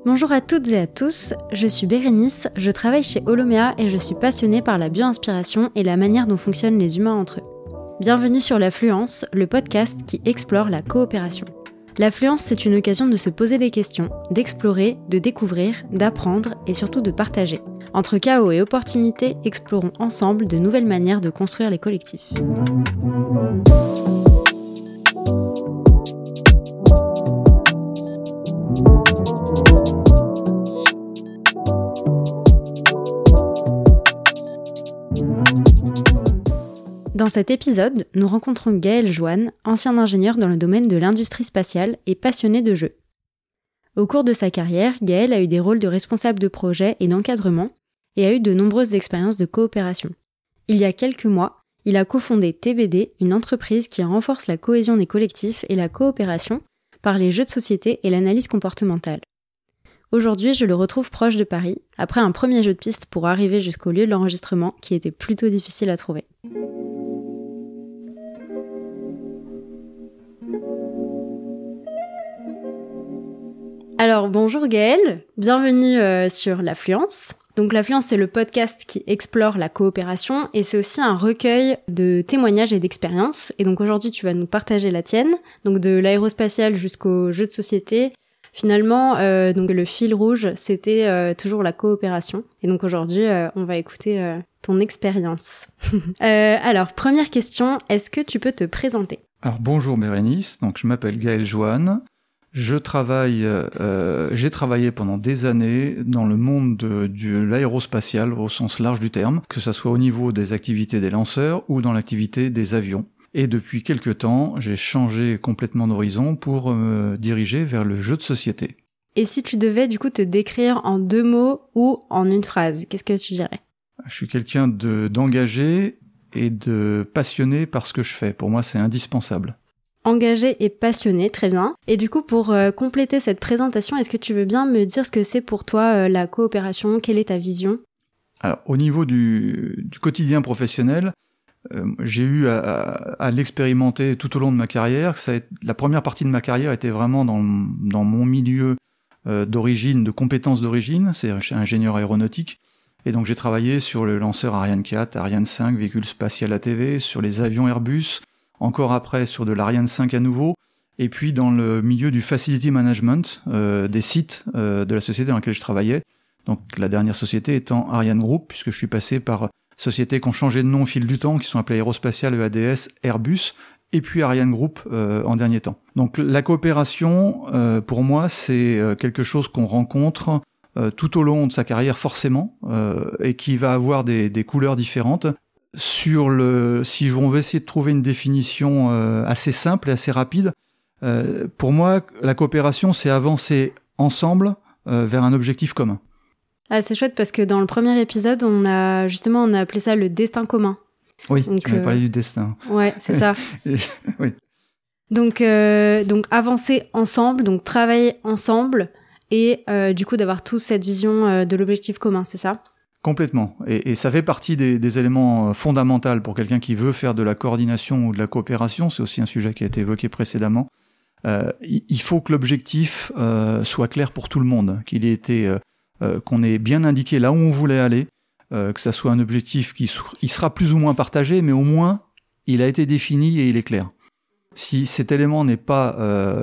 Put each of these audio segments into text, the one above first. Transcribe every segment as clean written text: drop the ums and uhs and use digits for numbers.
Bonjour à toutes et à tous, je suis Bérénice, je travaille chez Holomea et je suis passionnée par la bio-inspiration et la manière dont fonctionnent les humains entre eux. Bienvenue sur l'Affluence, le podcast qui explore la coopération. L'Affluence, c'est une occasion de se poser des questions, d'explorer, de découvrir, d'apprendre et surtout de partager. Entre chaos et opportunités, explorons ensemble de nouvelles manières de construire les collectifs. Dans cet épisode, nous rencontrons Gaël Joanne, ancien ingénieur dans le domaine de l'industrie spatiale et passionné de jeux. Au cours de sa carrière, Gaël a eu des rôles de responsable de projet et d'encadrement et a eu de nombreuses expériences de coopération. Il y a quelques mois, il a cofondé TBD, une entreprise qui renforce la cohésion des collectifs et la coopération par les jeux de société et l'analyse comportementale. Aujourd'hui, je le retrouve proche de Paris, après un premier jeu de piste pour arriver jusqu'au lieu de l'enregistrement qui était plutôt difficile à trouver. Alors bonjour Gaël, bienvenue sur l'Affluence. Donc l'Affluence, c'est le podcast qui explore la coopération et c'est aussi un recueil de témoignages et d'expériences. Et donc aujourd'hui tu vas nous partager la tienne, donc de l'aérospatial jusqu'au jeu de société. Finalement, donc le fil rouge, c'était toujours la coopération. Et donc aujourd'hui, on va écouter ton expérience. Alors première question, est-ce que tu peux te présenter ? Alors bonjour Bérénice, donc je m'appelle Gaël Joanne. J'ai travaillé pendant des années dans le monde de l'aérospatial au sens large du terme, que ce soit au niveau des activités des lanceurs ou dans l'activité des avions. Et depuis quelque temps, j'ai changé complètement d'horizon pour me diriger vers le jeu de société. Et si tu devais du coup te décrire en 2 mots ou en une phrase, qu'est-ce que tu dirais ? Je suis quelqu'un d'engagé et de passionné par ce que je fais. Pour moi, c'est indispensable. Engagé et passionné, très bien. Et du coup, pour compléter cette présentation, est-ce que tu veux bien me dire ce que c'est pour toi la coopération ? Quelle est ta vision ? Alors, au niveau du quotidien professionnel, j'ai eu à l'expérimenter tout au long de ma carrière. La première partie de ma carrière était vraiment dans mon milieu d'origine, de compétences d'origine. Je suis ingénieur aéronautique. Et donc, j'ai travaillé sur le lanceur Ariane 4, Ariane 5, véhicule spatial ATV, sur les avions Airbus, encore après sur de l'Ariane 5 à nouveau, et puis dans le milieu du facility management des sites de la société dans laquelle je travaillais. Donc la dernière société étant Ariane Group, puisque je suis passé par sociétés qui ont changé de nom au fil du temps, qui sont appelées Aérospatiale, EADS, Airbus, et puis Ariane Group en dernier temps. Donc la coopération, pour moi, c'est quelque chose qu'on rencontre tout au long de sa carrière forcément, et qui va avoir des couleurs différentes. Si on veut essayer de trouver une définition assez simple et assez rapide, pour moi, la coopération, c'est avancer ensemble vers un objectif commun. Ah, c'est chouette parce que dans le premier épisode, on a appelé ça le destin commun. Oui, donc, tu m'avais parlé du destin. Ouais, c'est ça. Oui. Donc avancer ensemble, donc travailler ensemble et du coup d'avoir tous cette vision de l'objectif commun, c'est ça ? Complètement. Et ça fait partie des éléments fondamentaux pour quelqu'un qui veut faire de la coordination ou de la coopération. C'est aussi un sujet qui a été évoqué précédemment. Il faut que l'objectif soit clair pour tout le monde, qu'on ait bien indiqué là où on voulait aller, que ça soit un objectif il sera plus ou moins partagé, mais au moins il a été défini et il est clair. Si cet élément n'est pas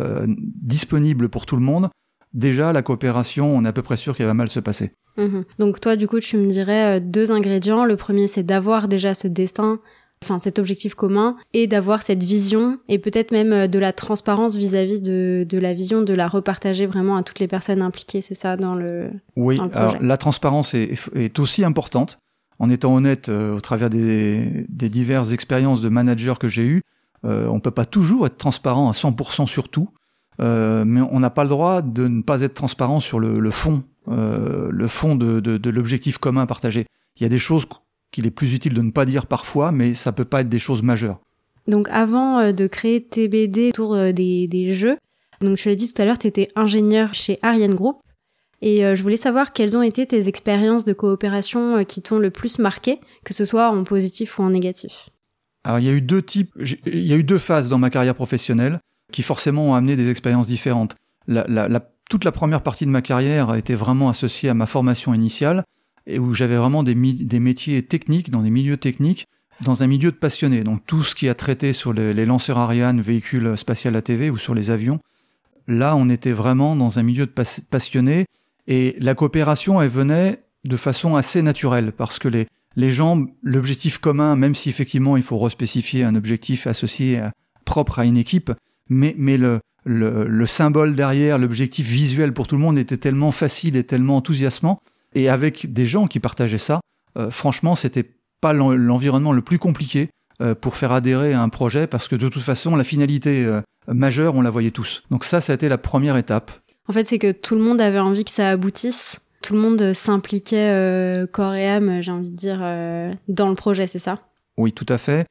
disponible pour tout le monde, déjà la coopération, on est à peu près sûr qu'elle va mal se passer. Donc toi, du coup, tu me dirais 2 ingrédients. Le premier, c'est d'avoir déjà ce destin, enfin cet objectif commun, et d'avoir cette vision, et peut-être même de la transparence vis-à-vis de la vision, de la repartager vraiment à toutes les personnes impliquées, c'est ça, dans le Oui, dans le projet. alors la transparence est aussi importante. En étant honnête, au travers des diverses expériences de manager que j'ai eues, on peut pas toujours être transparent à 100% sur tout, mais on n'a pas le droit de ne pas être transparent sur le fond. Le fond de l'objectif commun partagé. Il y a des choses qu'il est plus utile de ne pas dire parfois, mais ça peut pas être des choses majeures. Donc avant de créer TBD autour des jeux, donc je l'ai dit tout à l'heure, tu étais ingénieur chez Ariane Group, et je voulais savoir quelles ont été tes expériences de coopération qui t'ont le plus marqué, que ce soit en positif ou en négatif. Alors il y a eu 2 phases dans ma carrière professionnelle qui forcément ont amené des expériences différentes. La toute la première partie de ma carrière était vraiment associée à ma formation initiale et où j'avais vraiment des métiers techniques, dans des milieux techniques, dans un milieu de passionnés. Donc tout ce qui a traité sur les lanceurs Ariane, véhicules spatial ATV ou sur les avions, là on était vraiment dans un milieu de passionnés et la coopération elle venait de façon assez naturelle parce que les gens, l'objectif commun, même si effectivement il faut respécifier un objectif associé propre à une équipe, mais le symbole derrière, l'objectif visuel pour tout le monde était tellement facile et tellement enthousiasmant. Et avec des gens qui partageaient ça, franchement, c'était pas l'environnement le plus compliqué pour faire adhérer à un projet parce que de toute façon, la finalité majeure, on la voyait tous. Donc ça a été la première étape. En fait, c'est que tout le monde avait envie que ça aboutisse. Tout le monde s'impliquait corps et âme, j'ai envie de dire, dans le projet, c'est ça ? Oui, tout à fait.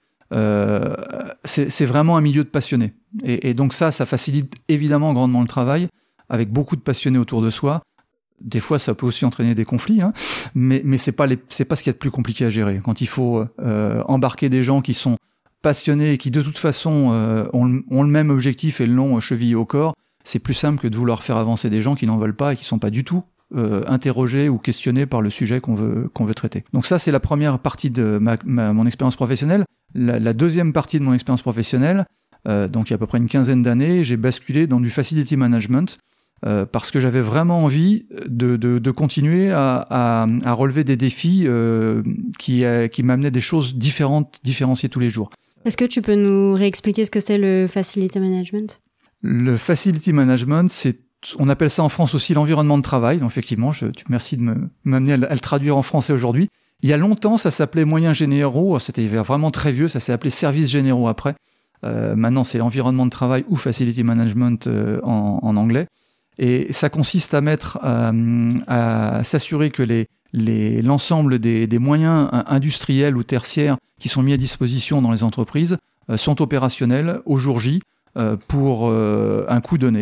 C'est vraiment un milieu de passionnés. Et donc ça facilite évidemment grandement le travail, avec beaucoup de passionnés autour de soi. Des fois, ça peut aussi entraîner des conflits, hein, mais c'est pas ce qu'il y a de plus compliqué à gérer. Quand il faut embarquer des gens qui sont passionnés et qui de toute façon ont le même objectif et l'ont chevillé au corps, c'est plus simple que de vouloir faire avancer des gens qui n'en veulent pas et qui sont pas du tout interrogés ou questionnés par le sujet qu'on veut traiter. Donc ça, c'est la première partie de mon expérience professionnelle. La deuxième partie de mon expérience professionnelle, donc il y a à peu près une quinzaine d'années, j'ai basculé dans du facility management parce que j'avais vraiment envie de continuer à relever des défis qui m'amenaient des choses différenciées tous les jours. Est-ce que tu peux nous réexpliquer ce que c'est le facility management ? Le facility management, on appelle ça en France aussi l'environnement de travail. Donc effectivement, merci de m'amener à le traduire en français aujourd'hui. Il y a longtemps, ça s'appelait moyens généraux. C'était vraiment très vieux. Ça s'est appelé services généraux après. Maintenant, c'est l'environnement de travail ou facility management en anglais. Et ça consiste à s'assurer que l'ensemble des moyens industriels ou tertiaires qui sont mis à disposition dans les entreprises sont opérationnels au jour J pour un coût donné.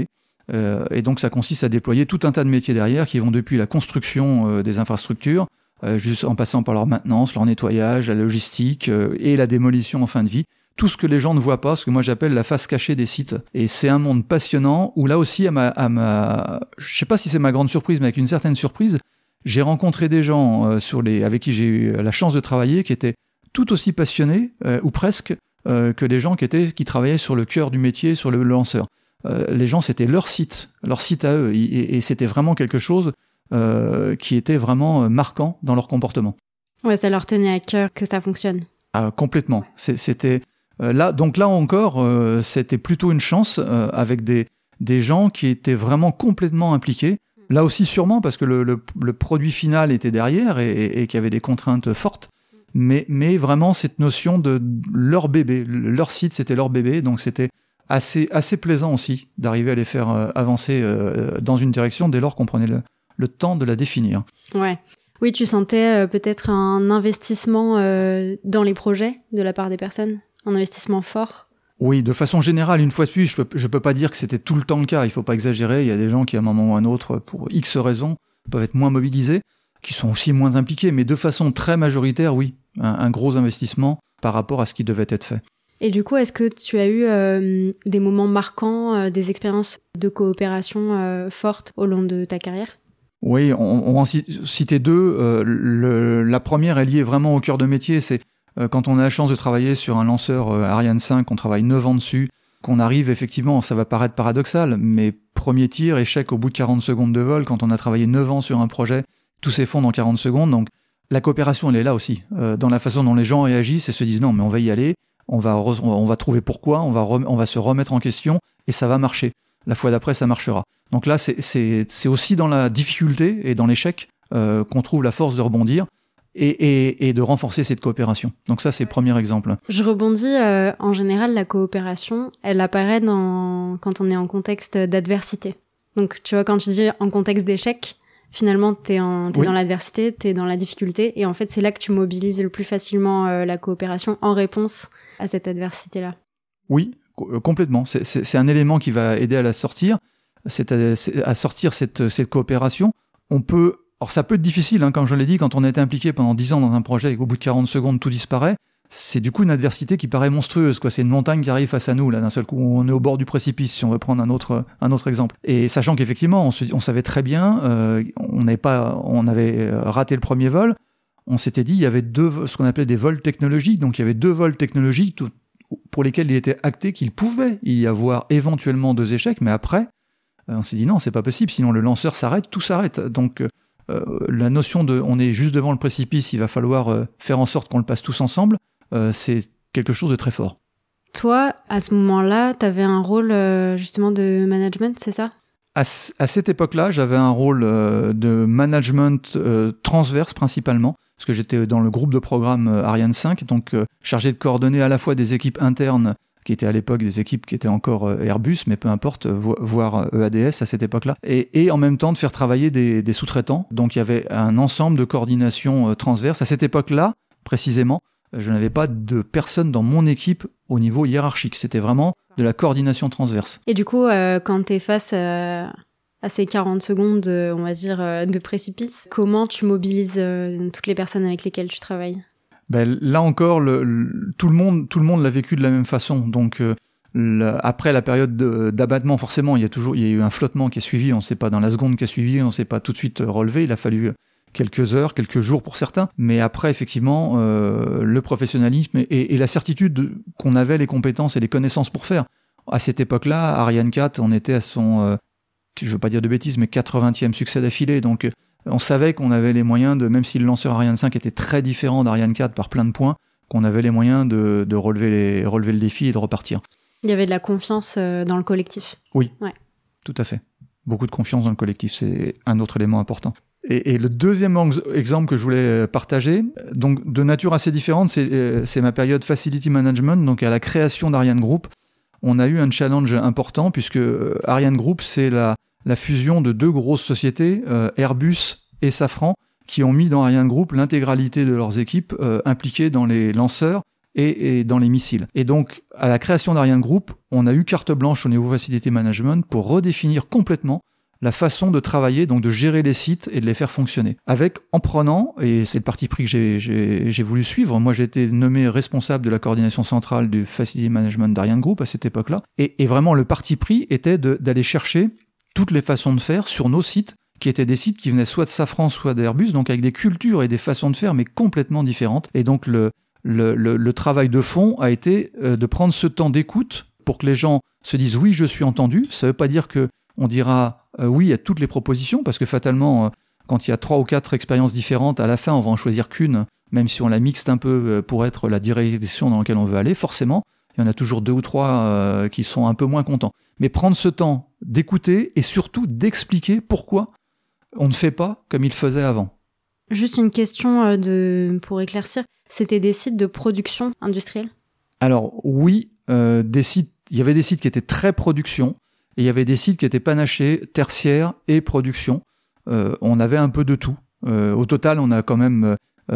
Et donc ça consiste à déployer tout un tas de métiers derrière qui vont depuis la construction des infrastructures, juste en passant par leur maintenance, leur nettoyage, la logistique et la démolition en fin de vie. Tout ce que les gens ne voient pas, ce que moi j'appelle la face cachée des sites. Et c'est un monde passionnant où là aussi, je sais pas si c'est ma grande surprise, mais avec une certaine surprise, j'ai rencontré des gens avec qui j'ai eu la chance de travailler qui étaient tout aussi passionnés, ou presque, que les gens qui travaillaient sur le cœur du métier, sur le lanceur. Les gens, c'était leur site à eux, et c'était vraiment quelque chose qui était vraiment marquant dans leur comportement. Ouais, ça leur tenait à cœur que ça fonctionne. Ah, complètement. C'était là encore, c'était plutôt une chance avec des gens qui étaient vraiment complètement impliqués. Là aussi sûrement parce que le produit final était derrière et qu'il y avait des contraintes fortes. Mais vraiment cette notion de leur bébé, leur site, c'était leur bébé, donc c'était assez plaisant aussi d'arriver à les faire avancer dans une direction dès lors qu'on prenait le temps de la définir. Ouais. Oui, tu sentais peut-être un investissement dans les projets de la part des personnes, un investissement fort. Oui, de façon générale, une fois de plus, je peux pas dire que c'était tout le temps le cas, il faut pas exagérer, il y a des gens qui à un moment ou à un autre, pour X raisons, peuvent être moins mobilisés, qui sont aussi moins impliqués, mais de façon très majoritaire, oui, un gros investissement par rapport à ce qui devait être fait. Et du coup, est-ce que tu as eu des moments marquants, des expériences de coopération fortes au long de ta carrière ? Oui, on va en citer deux. La première est liée vraiment au cœur de métier, c'est quand on a la chance de travailler sur un lanceur Ariane 5, on travaille 9 ans dessus, qu'on arrive effectivement, ça va paraître paradoxal, mais premier tir, échec au bout de 40 secondes de vol, quand on a travaillé 9 ans sur un projet, tout s'effondre en 40 secondes, donc la coopération elle est là aussi, dans la façon dont les gens réagissent et se disent non mais on va y aller, on va trouver pourquoi, on va se remettre en question et ça va marcher. La fois d'après ça marchera. Donc là c'est aussi dans la difficulté et dans l'échec qu'on trouve la force de rebondir et de renforcer cette coopération. Donc ça c'est le premier exemple. Je rebondis, en général la coopération elle apparaît quand on est en contexte d'adversité. Donc tu vois quand tu dis en contexte d'échec, finalement t'es oui. Dans l'adversité, t'es dans la difficulté et en fait c'est là que tu mobilises le plus facilement la coopération en réponse à cette adversité-là. Oui, complètement. C'est un élément qui va aider à la sortir, à sortir cette coopération. Alors ça peut être difficile, hein, comme je l'ai dit, quand on est impliqué pendant 10 ans dans un projet et qu'au bout de 40 secondes tout disparaît, c'est du coup une adversité qui paraît monstrueuse, quoi. C'est une montagne qui arrive face à nous, là, d'un seul coup. On est au bord du précipice, si on veut prendre un autre exemple. Et sachant qu'effectivement, on savait très bien, on avait raté le premier vol. On s'était dit, il y avait ce qu'on appelait des vols technologiques. Donc, il y avait 2 vols technologiques pour lesquels il était acté qu'il pouvait y avoir éventuellement 2 échecs. Mais après, on s'est dit, non, c'est pas possible. Sinon, le lanceur s'arrête, tout s'arrête. Donc, la notion de, on est juste devant le précipice, il va falloir faire en sorte qu'on le passe tous ensemble. C'est quelque chose de très fort. Toi, à ce moment-là, tu avais un rôle justement de management, c'est ça ? À cette époque-là, j'avais un rôle de management transverse principalement, parce que j'étais dans le groupe de programme Ariane 5, donc chargé de coordonner à la fois des équipes internes, qui étaient à l'époque des équipes qui étaient encore Airbus, mais peu importe, voire EADS à cette époque-là, et en même temps de faire travailler des sous-traitants. Donc il y avait un ensemble de coordination transverse. À cette époque-là, précisément, je n'avais pas de personne dans mon équipe au niveau hiérarchique. C'était vraiment de la coordination transverse. Et du coup, quand tu es face à ces 40 secondes, on va dire, de précipice, comment tu mobilises toutes les personnes avec lesquelles tu travailles ? Là encore, tout le monde l'a vécu de la même façon. Donc, après la période d'abattement, forcément, il y a eu un flottement qui est suivi. On ne sait pas dans la seconde qui a suivi, on ne s'est pas tout de suite relevé. Il a fallu quelques heures, quelques jours pour certains. Mais après, effectivement, le professionnalisme et la certitude qu'on avait les compétences et les connaissances pour faire. À cette époque-là, Ariane 4, on était à son, je ne veux pas dire de bêtises, mais 80e succès d'affilée. Donc, on savait qu'on avait les moyens de, même si le lanceur Ariane 5 était très différent d'Ariane 4 par plein de points, qu'on avait les moyens de relever le défi et de repartir. Il y avait de la confiance dans le collectif. Oui, ouais. Tout à fait. Beaucoup de confiance dans le collectif, c'est un autre élément important. Et le deuxième exemple que je voulais partager, donc de nature assez différente, c'est ma période Facility Management, donc à la création d'Ariane Group. On a eu un challenge important puisque Ariane Group, c'est la fusion de 2 grosses sociétés, Airbus et Safran, qui ont mis dans Ariane Group l'intégralité de leurs équipes impliquées dans les lanceurs et dans les missiles. Et donc, à la création d'Ariane Group, on a eu carte blanche au niveau Facility Management pour redéfinir complètement la façon de travailler, donc de gérer les sites et de les faire fonctionner. En prenant, et c'est le parti pris que j'ai voulu suivre, moi j'ai été nommé responsable de la coordination centrale du Facility Management d'Ariane Group à cette époque-là, et vraiment le parti pris était d'aller chercher toutes les façons de faire sur nos sites, qui étaient des sites qui venaient soit de Safran, soit d'Airbus, donc avec des cultures et des façons de faire, mais complètement différentes. Et donc le travail de fond a été de prendre ce temps d'écoute pour que les gens se disent « oui, je suis entendu ». Ça ne veut pas dire qu'on dira oui à toutes les propositions, parce que fatalement, quand il y a 3 ou 4 expériences différentes, à la fin, on va en choisir qu'une, même si on la mixte un peu pour être la direction dans laquelle on veut aller, forcément, il y en a toujours 2 ou 3 qui sont un peu moins contents. Mais prendre ce temps d'écouter et surtout d'expliquer pourquoi on ne fait pas comme il faisait avant. Juste une question pour éclaircir, c'était des sites de production industrielle ? Alors oui, il y avait des sites qui étaient très production, et il y avait des sites qui étaient panachés, tertiaires et production. On avait un peu de tout. Au total, on a quand même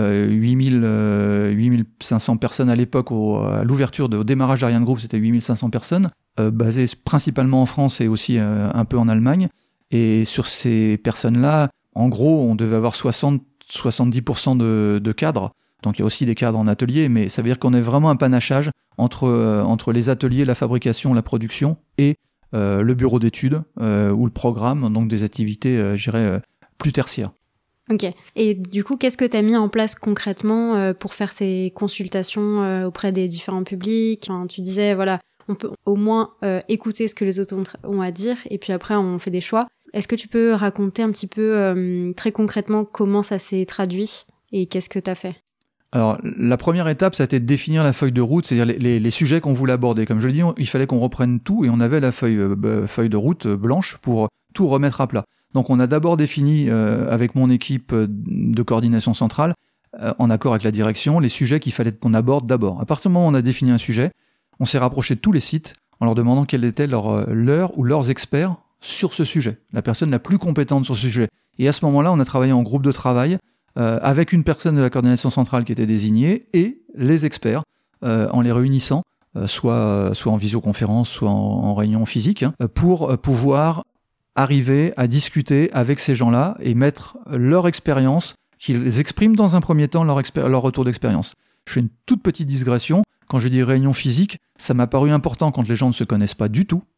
8500 personnes à l'époque, à l'ouverture, au démarrage d'Ariane Group, c'était 8500 personnes, basées principalement en France et aussi un peu en Allemagne. Et sur ces personnes-là, en gros, on devait avoir 70% de cadres. Donc il y a aussi des cadres en atelier, mais ça veut dire qu'on a vraiment un panachage entre les ateliers, la fabrication, la production et le bureau d'études ou le programme, donc des activités, je dirais, plus tertiaires. Ok. Et du coup, qu'est-ce que tu as mis en place concrètement pour faire ces consultations auprès des différents publics ? Tu disais, voilà, on peut au moins écouter ce que les autres ont à dire, et puis après, on fait des choix. Est-ce que tu peux raconter un petit peu très concrètement comment ça s'est traduit et qu'est-ce que tu as fait ? Alors, la première étape, ça a été de définir la feuille de route, c'est-à-dire les sujets qu'on voulait aborder. Comme je l'ai dit, il fallait qu'on reprenne tout et on avait la feuille de route blanche pour tout remettre à plat. Donc, on a d'abord défini avec mon équipe de coordination centrale, en accord avec la direction, les sujets qu'il fallait qu'on aborde d'abord. À partir du moment où on a défini un sujet, on s'est rapproché de tous les sites en leur demandant quels étaient leurs ou leurs experts sur ce sujet, la personne la plus compétente sur ce sujet. Et à ce moment-là, on a travaillé en groupe de travail avec une personne de la coordination centrale qui était désignée et les experts en les réunissant, soit en visioconférence, soit en réunion physique, pour pouvoir arriver à discuter avec ces gens-là et mettre leur expérience, qu'ils expriment dans un premier temps leur retour d'expérience. Je fais une toute petite digression. Quand je dis réunion physique, ça m'a paru important quand les gens ne se connaissent pas du tout.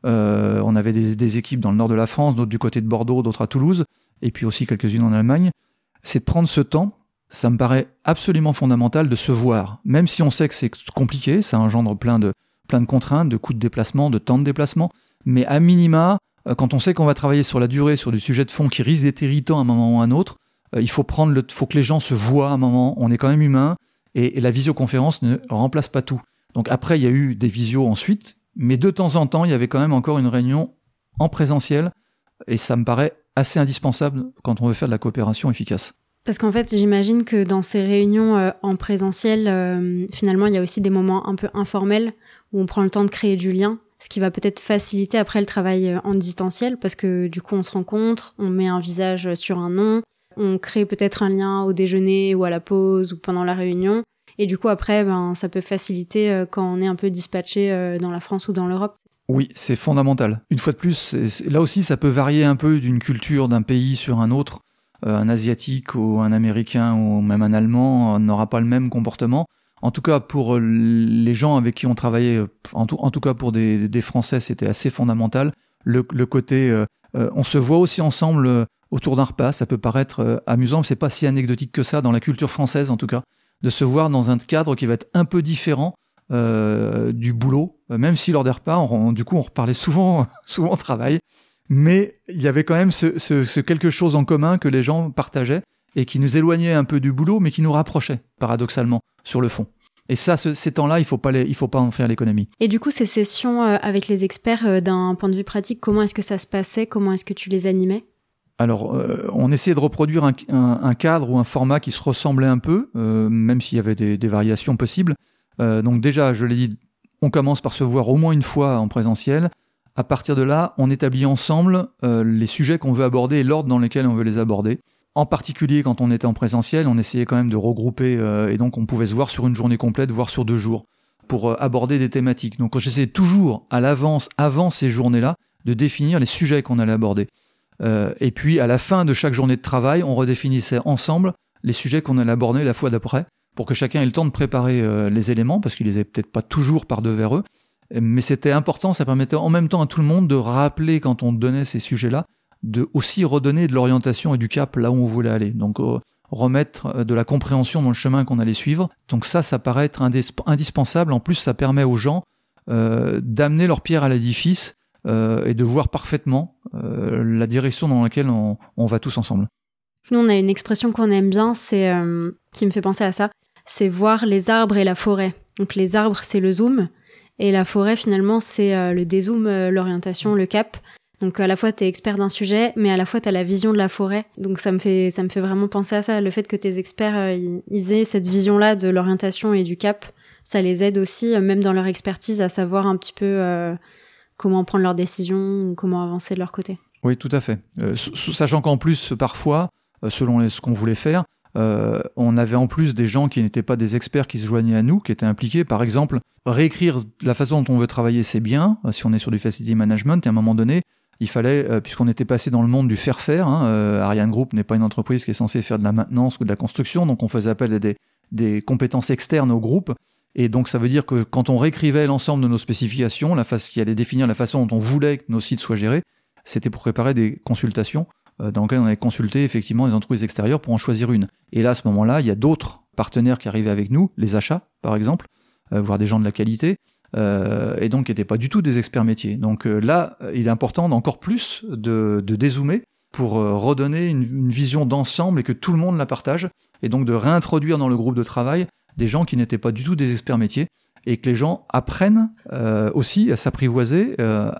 On avait des équipes dans le nord de la France, d'autres du côté de Bordeaux, d'autres à Toulouse, et puis aussi quelques-unes en Allemagne. C'est de prendre ce temps. Ça me paraît absolument fondamental de se voir. Même si on sait que c'est compliqué, ça engendre plein de contraintes, de coûts de déplacement, de temps de déplacement. Mais à minima, quand on sait qu'on va travailler sur la durée, sur du sujet de fond qui risque d'être irritant à un moment ou à un autre, il faut que les gens se voient à un moment. On est quand même humain et la visioconférence ne remplace pas tout. Donc après, il y a eu des visios ensuite, mais de temps en temps, il y avait quand même encore une réunion en présentiel et ça me paraît assez indispensable quand on veut faire de la coopération efficace. Parce qu'en fait, j'imagine que dans ces réunions en présentiel, finalement, il y a aussi des moments un peu informels où on prend le temps de créer du lien, ce qui va peut-être faciliter après le travail en distanciel, parce que du coup, on se rencontre, on met un visage sur un nom, on crée peut-être un lien au déjeuner ou à la pause ou pendant la réunion, et du coup, après, ça peut faciliter quand on est un peu dispatché dans la France ou dans l'Europe. Oui, c'est fondamental. Une fois de plus, là aussi, ça peut varier un peu d'une culture d'un pays sur un autre. Un Asiatique ou un Américain ou même un Allemand n'aura pas le même comportement. En tout cas, pour les gens avec qui on travaillait, en tout cas pour des Français, c'était assez fondamental. Le côté, on se voit aussi ensemble autour d'un repas, ça peut paraître amusant, mais c'est pas si anecdotique que ça, dans la culture française en tout cas, de se voir dans un cadre qui va être un peu différent du boulot, même si lors des repas, on reparlait souvent travail. Mais il y avait quand même ce quelque chose en commun que les gens partageaient et qui nous éloignait un peu du boulot, mais qui nous rapprochait, paradoxalement, sur le fond. Et ça, ces temps-là, il faut pas en faire l'économie. Et du coup, ces sessions avec les experts, d'un point de vue pratique, comment est-ce que ça se passait ? Comment est-ce que tu les animais ? Alors, on essayait de reproduire un cadre ou un format qui se ressemblait un peu, même s'il y avait des variations possibles. Donc déjà, je l'ai dit, on commence par se voir au moins une fois en présentiel. À partir de là, on établit ensemble les sujets qu'on veut aborder et l'ordre dans lequel on veut les aborder. En particulier, quand on était en présentiel, on essayait quand même de regrouper, et donc on pouvait se voir sur une journée complète, voire sur 2 jours, pour aborder des thématiques. Donc j'essayais toujours, à l'avance, avant ces journées-là, de définir les sujets qu'on allait aborder. Et puis, à la fin de chaque journée de travail, on redéfinissait ensemble les sujets qu'on allait aborder la fois d'après, pour que chacun ait le temps de préparer les éléments, parce qu'ils les avaient peut-être pas toujours par devers eux. Mais c'était important, ça permettait en même temps à tout le monde de rappeler, quand on donnait ces sujets-là, de aussi redonner de l'orientation et du cap là où on voulait aller. Donc remettre de la compréhension dans le chemin qu'on allait suivre. Donc ça paraît être indispensable. En plus, ça permet aux gens d'amener leur pierre à l'édifice et de voir parfaitement la direction dans laquelle on va tous ensemble. Nous, on a une expression qu'on aime bien, c'est qui me fait penser à ça, c'est voir les arbres et la forêt. Donc les arbres, c'est le zoom. Et la forêt, finalement, c'est le dézoom, l'orientation, le cap. Donc à la fois, t'es expert d'un sujet, mais à la fois, t'as la vision de la forêt. Donc ça me fait vraiment penser à ça. Le fait que tes experts, ils aient cette vision-là de l'orientation et du cap, ça les aide aussi, même dans leur expertise, à savoir un petit peu comment prendre leurs décisions ou comment avancer de leur côté. Oui, tout à fait. Sachant qu'en plus, parfois, selon ce qu'on voulait faire, on avait en plus des gens qui n'étaient pas des experts qui se joignaient à nous, qui étaient impliqués. Par exemple, réécrire la façon dont on veut travailler, c'est bien, si on est sur du facility management, et à un moment donné, il fallait, puisqu'on était passé dans le monde du faire-faire, Ariane Group n'est pas une entreprise qui est censée faire de la maintenance ou de la construction, donc on faisait appel à des compétences externes au groupe, et donc ça veut dire que quand on réécrivait l'ensemble de nos spécifications, qui allait définir la façon dont on voulait que nos sites soient gérés, c'était pour préparer des consultations dans lesquelles on avait consulté effectivement les entreprises extérieures pour en choisir une. Et là, à ce moment-là, il y a d'autres partenaires qui arrivaient avec nous, les achats par exemple, voire des gens de la qualité, et donc qui n'étaient pas du tout des experts métiers. Donc là, il est important d'encore plus de dézoomer pour redonner une vision d'ensemble et que tout le monde la partage, et donc de réintroduire dans le groupe de travail des gens qui n'étaient pas du tout des experts métiers, et que les gens apprennent aussi à s'apprivoiser,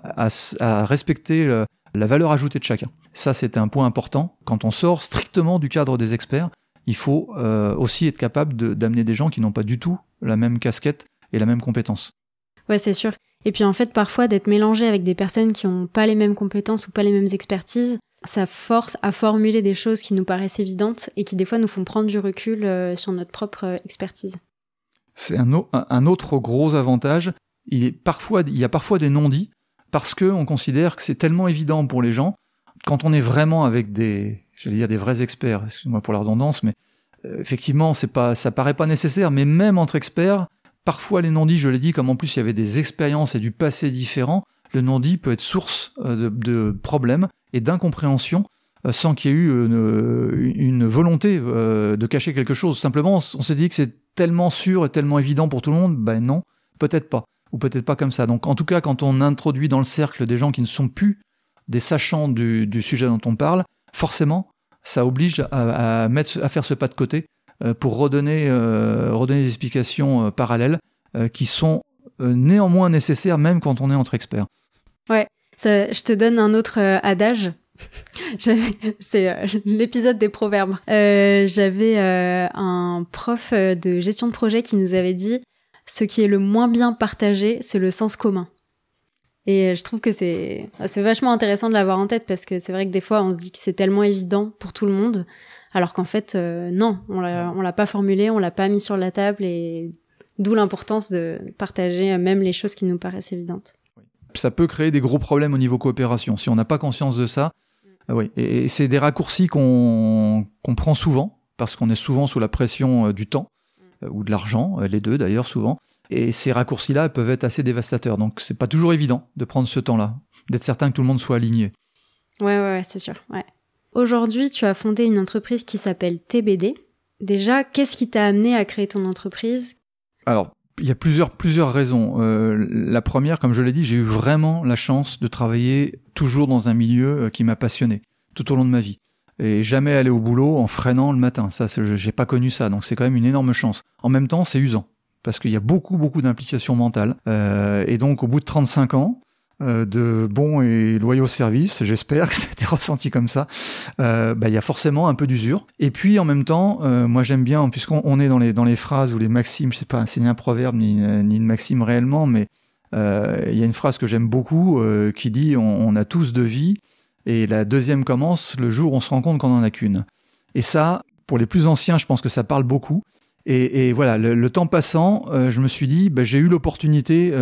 à respecter la valeur ajoutée de chacun. Ça, c'était un point important. Quand on sort strictement du cadre des experts, il faut aussi être capable d'amener des gens qui n'ont pas du tout la même casquette et la même compétence. Ouais, c'est sûr. Et puis en fait, parfois, d'être mélangé avec des personnes qui n'ont pas les mêmes compétences ou pas les mêmes expertises, ça force à formuler des choses qui nous paraissent évidentes et qui des fois nous font prendre du recul sur notre propre expertise. C'est un autre gros avantage. Il y a parfois des non-dits parce qu'on considère que c'est tellement évident pour les gens. Quand on est vraiment avec des vrais experts, excuse-moi pour la redondance, mais effectivement, ça paraît pas nécessaire, mais même entre experts, parfois les non-dits, je l'ai dit, comme en plus il y avait des expériences et du passé différents, le non-dit peut être source de problèmes et d'incompréhension sans qu'il y ait eu une volonté de cacher quelque chose. Simplement, on s'est dit que c'est tellement sûr et tellement évident pour tout le monde, ben non, peut-être pas, ou peut-être pas comme ça. Donc en tout cas, quand on introduit dans le cercle des gens qui ne sont plus des sachants du sujet dont on parle, forcément, ça oblige à faire ce pas de côté pour redonner des explications parallèles qui sont néanmoins nécessaires même quand on est entre experts. Ouais, je te donne un autre adage. C'est l'épisode des proverbes. J'avais un prof de gestion de projet qui nous avait dit « Ce qui est le moins bien partagé, c'est le sens commun ». Et je trouve que c'est vachement intéressant de l'avoir en tête parce que c'est vrai que des fois, on se dit que c'est tellement évident pour tout le monde, alors qu'en fait, non, on l'a pas formulé, on l'a pas mis sur la table et d'où l'importance de partager même les choses qui nous paraissent évidentes. Ça peut créer des gros problèmes au niveau coopération. Si on n'a pas conscience de ça, oui. Et c'est des raccourcis qu'on prend souvent, parce qu'on est souvent sous la pression du temps, ou de l'argent, les deux d'ailleurs souvent. Et ces raccourcis-là peuvent être assez dévastateurs. Donc c'est pas toujours évident de prendre ce temps-là, d'être certain que tout le monde soit aligné. Ouais, c'est sûr. Ouais. Aujourd'hui, tu as fondé une entreprise qui s'appelle TBD. Déjà, qu'est-ce qui t'a amené à créer ton entreprise ? Alors, il y a plusieurs raisons. La première, comme je l'ai dit, j'ai eu vraiment la chance de travailler toujours dans un milieu qui m'a passionné tout au long de ma vie. Et jamais aller au boulot en freinant le matin. Ça, j'ai pas connu ça. Donc c'est quand même une énorme chance. En même temps, c'est usant. Parce qu'il y a beaucoup d'implications mentales. Et donc, au bout de 35 ans, de bons et loyaux services, j'espère que ça a été ressenti comme ça, il y a forcément un peu d'usure. Et puis, en même temps, moi j'aime bien, puisqu'on est dans les phrases ou les maximes, je sais pas, c'est ni un proverbe ni une maxime réellement, mais il y a une phrase que j'aime beaucoup qui dit « on a tous deux vies » et la deuxième commence le jour où on se rend compte qu'on en a qu'une. Et ça, pour les plus anciens, je pense que ça parle beaucoup. Et voilà, le temps passant, je me suis dit, j'ai eu l'opportunité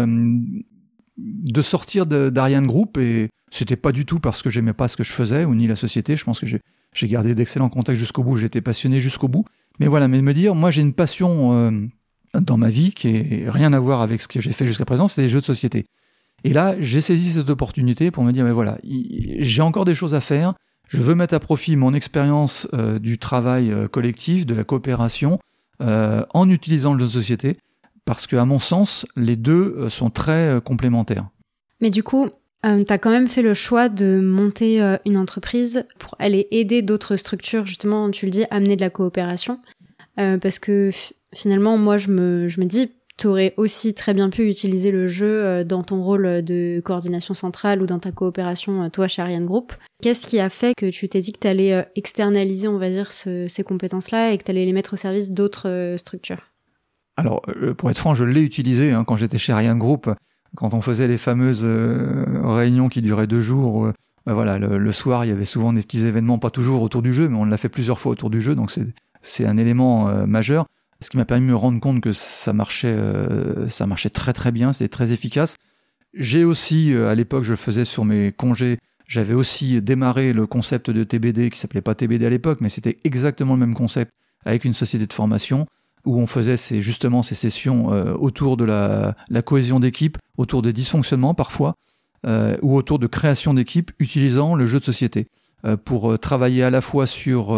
de sortir d'Ariane Group, et c'était pas du tout parce que j'aimais pas ce que je faisais ou ni la société. Je pense que j'ai gardé d'excellents contacts jusqu'au bout, j'étais passionné jusqu'au bout. Mais voilà, mais de me dire, moi j'ai une passion dans ma vie qui est rien à voir avec ce que j'ai fait jusqu'à présent, c'est les jeux de société. Et là, j'ai saisi cette opportunité pour me dire, mais voilà, j'ai encore des choses à faire. Je veux mettre à profit mon expérience du travail collectif, de la coopération, en utilisant le jeu de société, parce qu'à mon sens, les deux sont très complémentaires. Mais du coup, t'as quand même fait le choix de monter une entreprise pour aller aider d'autres structures, justement, tu le dis, amener de la coopération, parce que finalement, moi, je me dis, t'aurais aussi très bien pu utiliser le jeu dans ton rôle de coordination centrale ou dans ta coopération, toi, chez Ariane Group. Qu'est-ce qui a fait que tu t'es dit que t'allais externaliser, on va dire, ces compétences-là et que t'allais les mettre au service d'autres structures ? Alors, pour être franc, je l'ai utilisé quand j'étais chez Ariane Group, quand on faisait les fameuses réunions qui duraient 2 jours. Le soir, il y avait souvent des petits événements, pas toujours autour du jeu, mais on l'a fait plusieurs fois autour du jeu, donc c'est un élément majeur. Ce qui m'a permis de me rendre compte que ça marchait très très bien, c'était très efficace. J'ai aussi, à l'époque, je le faisais sur mes congés, j'avais aussi démarré le concept de TBD, qui s'appelait pas TBD à l'époque, mais c'était exactement le même concept avec une société de formation, où on faisait ces sessions autour de la cohésion d'équipe, autour des dysfonctionnements parfois, ou autour de création d'équipe utilisant le jeu de société, pour travailler à la fois sur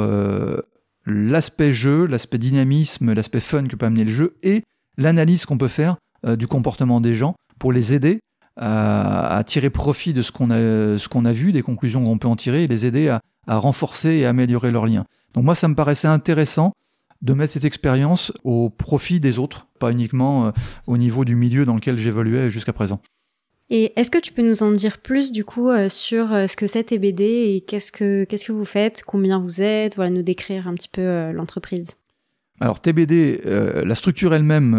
l'aspect jeu, l'aspect dynamisme, l'aspect fun que peut amener le jeu, et l'analyse qu'on peut faire du comportement des gens pour les aider à tirer profit de ce qu'on a vu, des conclusions qu'on peut en tirer, et les aider à renforcer et améliorer leurs liens. Donc moi, ça me paraissait intéressant de mettre cette expérience au profit des autres, pas uniquement au niveau du milieu dans lequel j'évoluais jusqu'à présent. Et est-ce que tu peux nous en dire plus du coup sur ce que c'est TBD et qu'est-ce que vous faites, combien vous êtes, voilà, nous décrire un petit peu l'entreprise. Alors TBD, la structure elle-même,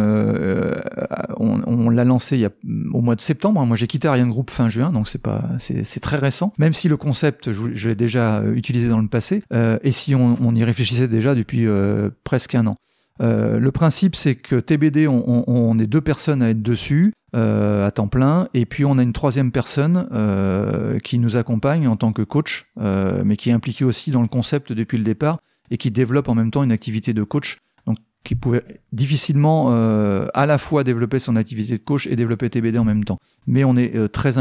on l'a lancée au mois de septembre. Moi j'ai quitté Ariane Group fin juin, donc c'est très récent. Même si le concept, je l'ai déjà utilisé dans le passé, et si on y réfléchissait déjà depuis presque 1 an. Le principe, c'est que TBD, on est 2 personnes à être dessus, à temps plein, et puis on a une 3e personne qui nous accompagne en tant que coach, mais qui est impliquée aussi dans le concept depuis le départ, et qui développe en même temps une activité de coach, donc qui pouvait difficilement à la fois développer son activité de coach et développer TBD en même temps. Mais on est très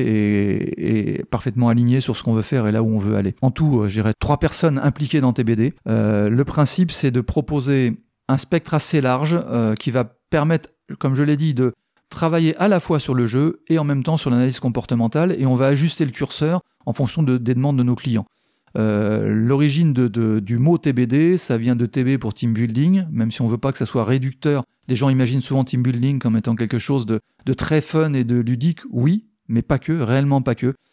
impliqué et parfaitement aligné sur ce qu'on veut faire et là où on veut aller. En tout, je dirais 3 personnes impliquées dans TBD. Le principe, c'est de proposer un spectre assez large qui va permettre, comme je l'ai dit, de travailler à la fois sur le jeu et en même temps sur l'analyse comportementale, et on va ajuster le curseur en fonction des demandes de nos clients. L'origine du mot TBD, ça vient de TB pour team building, même si on veut pas que ça soit réducteur. Les gens imaginent souvent team building comme étant quelque chose de très fun et de ludique, oui, mais pas que, réellement pas que.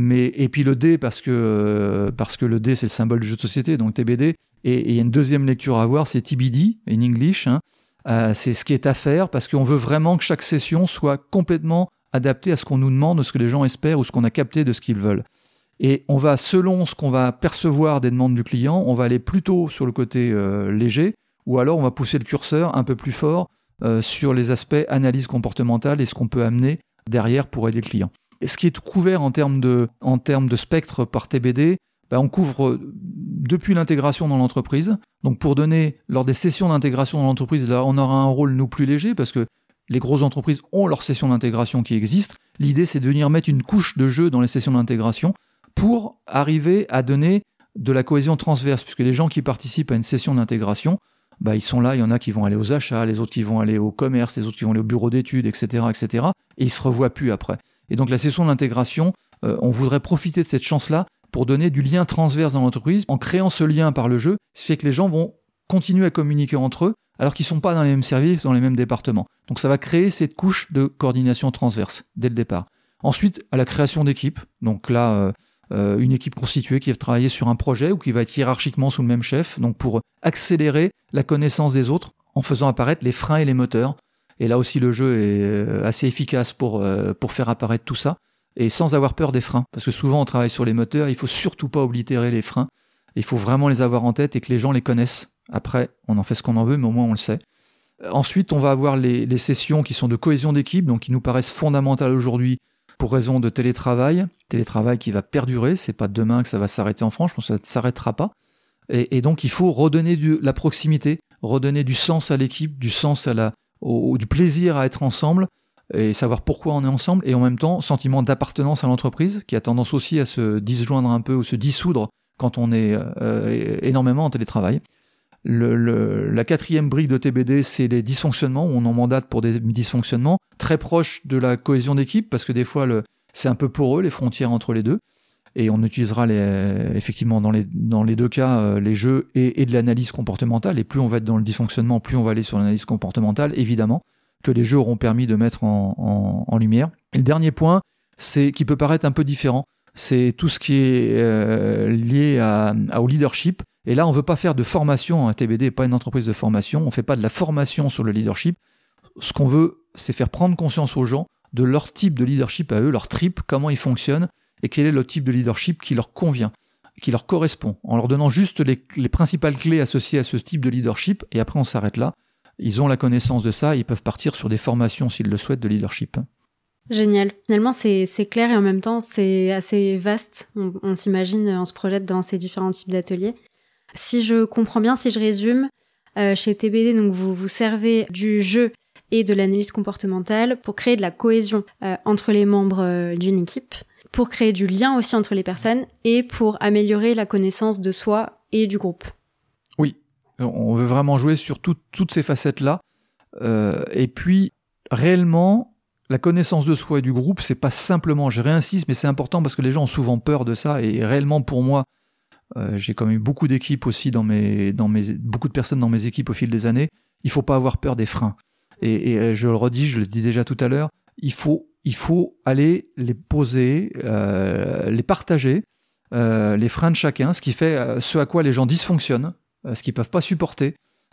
Et puis le D, parce que le D c'est le symbole du jeu de société, donc TBD, et il y a une deuxième lecture à avoir, c'est TBD, in English, hein. C'est ce qui est à faire, parce qu'on veut vraiment que chaque session soit complètement adaptée à ce qu'on nous demande, ce que les gens espèrent ou ce qu'on a capté de ce qu'ils veulent. Et on va, selon ce qu'on va percevoir des demandes du client, on va aller plutôt sur le côté léger, ou alors on va pousser le curseur un peu plus fort sur les aspects analyse comportementale et ce qu'on peut amener derrière pour aider le client. Et ce qui est couvert en termes de spectre par TBD, on couvre depuis l'intégration dans l'entreprise. Donc pour donner, lors des sessions d'intégration dans l'entreprise, là on aura un rôle nous plus léger parce que les grosses entreprises ont leurs sessions d'intégration qui existent. L'idée c'est de venir mettre une couche de jeu dans les sessions d'intégration pour arriver à donner de la cohésion transverse, puisque les gens qui participent à une session d'intégration, ils sont là, il y en a qui vont aller aux achats, les autres qui vont aller au commerce, les autres qui vont aller au bureau d'études, etc., etc., et ils se revoient plus après. Et donc la session d'intégration, on voudrait profiter de cette chance-là pour donner du lien transverse dans l'entreprise, en créant ce lien par le jeu, ce qui fait que les gens vont continuer à communiquer entre eux, alors qu'ils ne sont pas dans les mêmes services, dans les mêmes départements. Donc ça va créer cette couche de coordination transverse, dès le départ. Ensuite, à la création d'équipes, donc là, une équipe constituée qui va travailler sur un projet ou qui va être hiérarchiquement sous le même chef, donc pour accélérer la connaissance des autres, en faisant apparaître les freins et les moteurs. Et là aussi, le jeu est assez efficace pour faire apparaître tout ça, et sans avoir peur des freins. Parce que souvent, on travaille sur les moteurs, il faut surtout pas oblitérer les freins. Il faut vraiment les avoir en tête et que les gens les connaissent. Après, on en fait ce qu'on en veut, mais au moins on le sait. Ensuite, on va avoir les sessions qui sont de cohésion d'équipe, donc qui nous paraissent fondamentales aujourd'hui pour raison de télétravail qui va perdurer. C'est pas demain que ça va s'arrêter en France, je pense que ça ne s'arrêtera pas. Et donc, il faut redonner la proximité, redonner du sens à l'équipe, du sens du plaisir à être ensemble, et savoir pourquoi on est ensemble, et en même temps, sentiment d'appartenance à l'entreprise, qui a tendance aussi à se disjoindre un peu ou se dissoudre quand on est énormément en télétravail. La quatrième brique de TBD, c'est les dysfonctionnements, où on en mandate pour des dysfonctionnements, très proches de la cohésion d'équipe, parce que des fois, c'est un peu poreux, les frontières entre les deux, et on utilisera effectivement dans les deux cas les jeux et de l'analyse comportementale, et plus on va être dans le dysfonctionnement, plus on va aller sur l'analyse comportementale, évidemment, que les jeux auront permis de mettre en lumière. Et le dernier point, qui peut paraître un peu différent, c'est tout ce qui est lié au leadership. Et là, on ne veut pas faire de formation, TBD n'est pas une entreprise de formation, on ne fait pas de la formation sur le leadership. Ce qu'on veut, c'est faire prendre conscience aux gens de leur type de leadership à eux, leur trip, comment ils fonctionnent, et quel est le type de leadership qui leur convient, qui leur correspond, en leur donnant juste les principales clés associées à ce type de leadership, et après on s'arrête là. Ils ont la connaissance de ça, ils peuvent partir sur des formations, s'ils le souhaitent, de leadership. Génial. Finalement, c'est clair et en même temps, c'est assez vaste. On s'imagine, on se projette dans ces différents types d'ateliers. Si je comprends bien, si je résume, chez TBD, donc vous servez du jeu et de l'analyse comportementale pour créer de la cohésion entre les membres d'une équipe, pour créer du lien aussi entre les personnes et pour améliorer la connaissance de soi et du groupe. Oui, on veut vraiment jouer sur toutes ces facettes-là. Et puis, réellement, la connaissance de soi et du groupe, c'est pas simplement, je réinsiste, mais c'est important parce que les gens ont souvent peur de ça. Et réellement, pour moi, j'ai quand même eu beaucoup d'équipes aussi beaucoup de personnes dans mes équipes au fil des années. Il faut pas avoir peur des freins. Et je le redis, je le dis déjà tout à l'heure, il faut aller les poser, les partager, les freins de chacun, ce qui fait ce à quoi les gens dysfonctionnent, ce qu'ils peuvent pas supporter.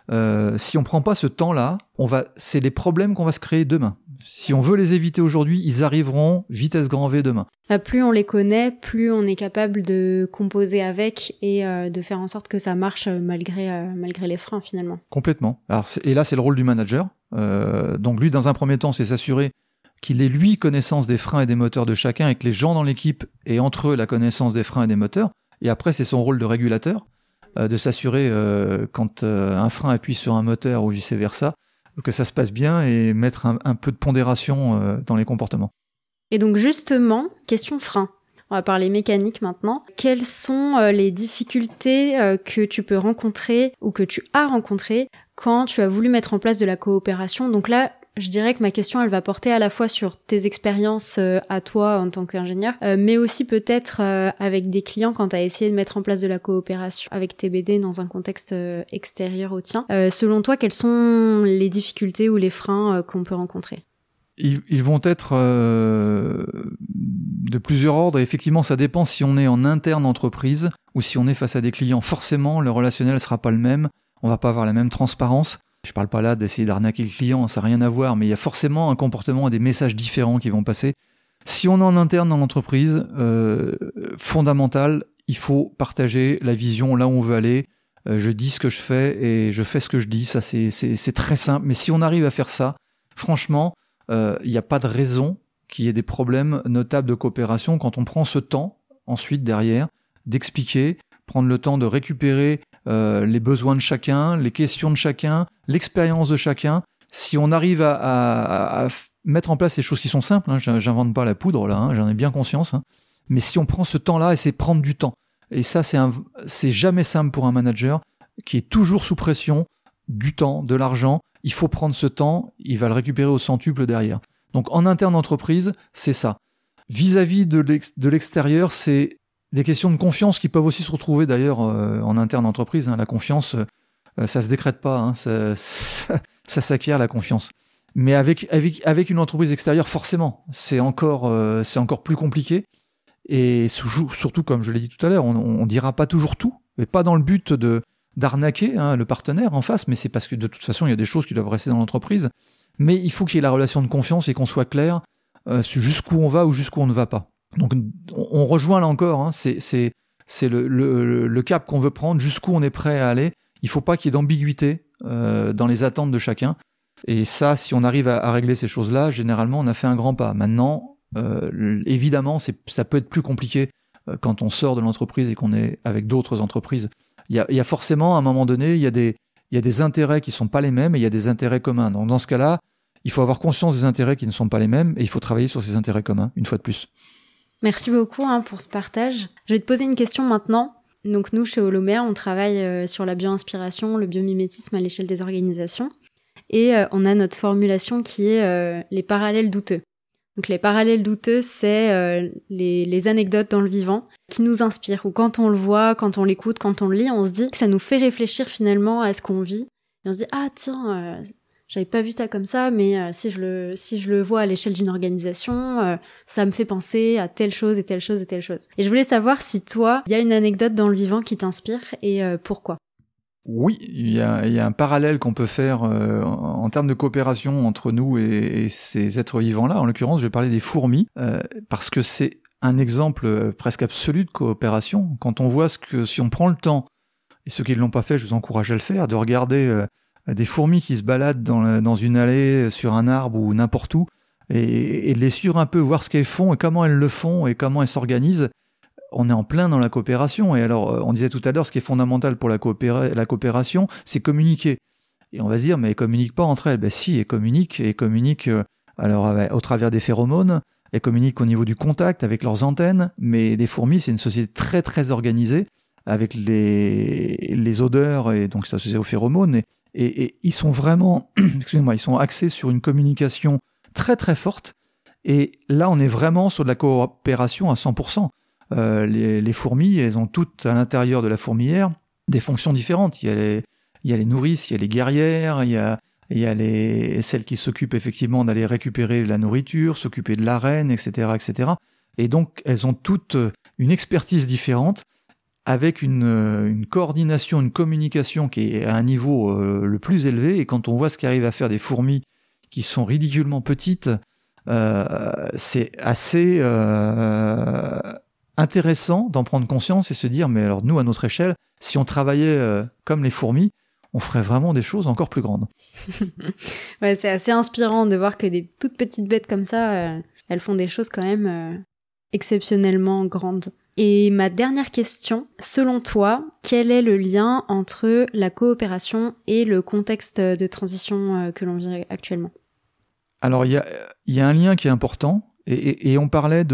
Si on prend pas ce temps-là, c'est les problèmes qu'on va se créer demain. Si on veut les éviter aujourd'hui, ils arriveront vitesse grand V demain. Plus on les connaît, plus on est capable de composer avec et de faire en sorte que ça marche malgré les freins finalement. Complètement. Et là, c'est le rôle du manager. Donc lui, dans un premier temps, c'est s'assurer qu'il ait lui connaissance des freins et des moteurs de chacun et que les gens dans l'équipe aient entre eux la connaissance des freins et des moteurs. Et après, c'est son rôle de régulateur. de s'assurer quand un frein appuie sur un moteur ou vice-versa, que ça se passe bien et mettre un peu de pondération dans les comportements. Et donc justement, question frein. On va parler mécanique maintenant. Quelles sont les difficultés que tu peux rencontrer ou que tu as rencontrées quand tu as voulu mettre en place de la coopération? Donc là, je dirais que ma question, elle va porter à la fois sur tes expériences à toi en tant qu'ingénieur, mais aussi peut-être avec des clients quand tu as essayé de mettre en place de la coopération avec TBD dans un contexte extérieur au tien. Selon toi, quelles sont les difficultés ou les freins qu'on peut rencontrer? Ils vont être de plusieurs ordres. Et effectivement, ça dépend si on est en interne entreprise ou si on est face à des clients. Forcément, le relationnel ne sera pas le même. On va pas avoir la même transparence. Je parle pas là d'essayer d'arnaquer le client, ça n'a rien à voir, mais il y a forcément un comportement et des messages différents qui vont passer. Si on est en interne dans l'entreprise, fondamental, il faut partager la vision là où on veut aller. Je dis ce que je fais et je fais ce que je dis. Ça, c'est très simple. Mais si on arrive à faire ça, franchement, il n'y a pas de raison qu'il y ait des problèmes notables de coopération quand on prend ce temps, ensuite, derrière, d'expliquer, prendre le temps de récupérer les besoins de chacun, les questions de chacun, l'expérience de chacun. Si on arrive à mettre en place ces choses qui sont simples, hein, j'invente pas la poudre là, hein, j'en ai bien conscience, hein, mais si on prend ce temps-là, et c'est prendre du temps. Et ça, c'est jamais simple pour un manager qui est toujours sous pression, du temps, de l'argent. Il faut prendre ce temps, il va le récupérer au centuple derrière. Donc en interne entreprise, c'est ça. Vis-à-vis de l'extérieur, c'est des questions de confiance qui peuvent aussi se retrouver d'ailleurs en interne entreprise. Hein. La confiance, ça se décrète pas, hein. Ça s'acquiert la confiance. Mais avec une entreprise extérieure, forcément, c'est encore plus compliqué. Et surtout, comme je l'ai dit tout à l'heure, on dira pas toujours tout, et pas dans le but d'arnaquer hein, le partenaire en face, mais c'est parce que de toute façon, il y a des choses qui doivent rester dans l'entreprise. Mais il faut qu'il y ait la relation de confiance et qu'on soit clair sur jusqu'où on va ou jusqu'où on ne va pas. Donc on rejoint là encore, hein, c'est le cap qu'on veut prendre, jusqu'où on est prêt à aller. Il ne faut pas qu'il y ait d'ambiguïté dans les attentes de chacun. Et ça, si on arrive à régler ces choses-là, généralement, on a fait un grand pas. Maintenant, évidemment, ça peut être plus compliqué quand on sort de l'entreprise et qu'on est avec d'autres entreprises. Il y a forcément, à un moment donné, il y a des intérêts qui ne sont pas les mêmes et il y a des intérêts communs. Donc dans ce cas-là, il faut avoir conscience des intérêts qui ne sont pas les mêmes et il faut travailler sur ces intérêts communs, une fois de plus. Merci beaucoup pour ce partage. Je vais te poser une question maintenant. Donc nous, chez Holomère, on travaille sur la bio-inspiration, le biomimétisme à l'échelle des organisations. Et on a notre formulation qui est les parallèles douteux. Donc les parallèles douteux, c'est les anecdotes dans le vivant qui nous inspirent. Ou quand on le voit, quand on l'écoute, quand on le lit, on se dit que ça nous fait réfléchir finalement à ce qu'on vit. Et on se dit, ah tiens, j'avais pas vu ça comme ça, mais si je le vois à l'échelle d'une organisation, ça me fait penser à telle chose et telle chose et telle chose. Et je voulais savoir si toi, il y a une anecdote dans le vivant qui t'inspire et pourquoi. Oui, il y a un parallèle qu'on peut faire en termes de coopération entre nous et ces êtres vivants-là. En l'occurrence, je vais parler des fourmis, parce que c'est un exemple presque absolu de coopération. Quand on voit si on prend le temps, et ceux qui ne l'ont pas fait, je vous encourage à le faire, de regarder des fourmis qui se baladent dans une allée, sur un arbre ou n'importe où, et de les suivre un peu, voir ce qu'elles font et comment elles le font et comment elles s'organisent. On est en plein dans la coopération. Et alors, on disait tout à l'heure, ce qui est fondamental pour la coopération, c'est communiquer. Et on va se dire, mais elles communiquent pas entre elles. Ben si, elles communiquent au travers des phéromones, elles communiquent au niveau du contact avec leurs antennes, mais les fourmis, c'est une société très très organisée, avec les odeurs, et donc c'est associé aux phéromones, et ils sont vraiment, ils sont axés sur une communication très très forte, et là on est vraiment sur de la coopération à 100%. Les fourmis, elles ont toutes à l'intérieur de la fourmilière des fonctions différentes. Il y a les nourrices, il y a les guerrières, il y a celles qui s'occupent effectivement d'aller récupérer la nourriture, s'occuper de la reine, etc., etc. Et donc, elles ont toutes une expertise différente, avec une coordination, une communication qui est à un niveau le plus élevé. Et quand on voit ce qu'arrivent à faire des fourmis qui sont ridiculement petites, c'est assez intéressant d'en prendre conscience et se dire, mais alors nous, à notre échelle, si on travaillait comme les fourmis, on ferait vraiment des choses encore plus grandes. Ouais, c'est assez inspirant de voir que des toutes petites bêtes comme ça, elles font des choses quand même exceptionnellement grandes. Et ma dernière question, selon toi, quel est le lien entre la coopération et le contexte de transition que l'on vit actuellement ? Alors, il y a un lien qui est important, et on parlait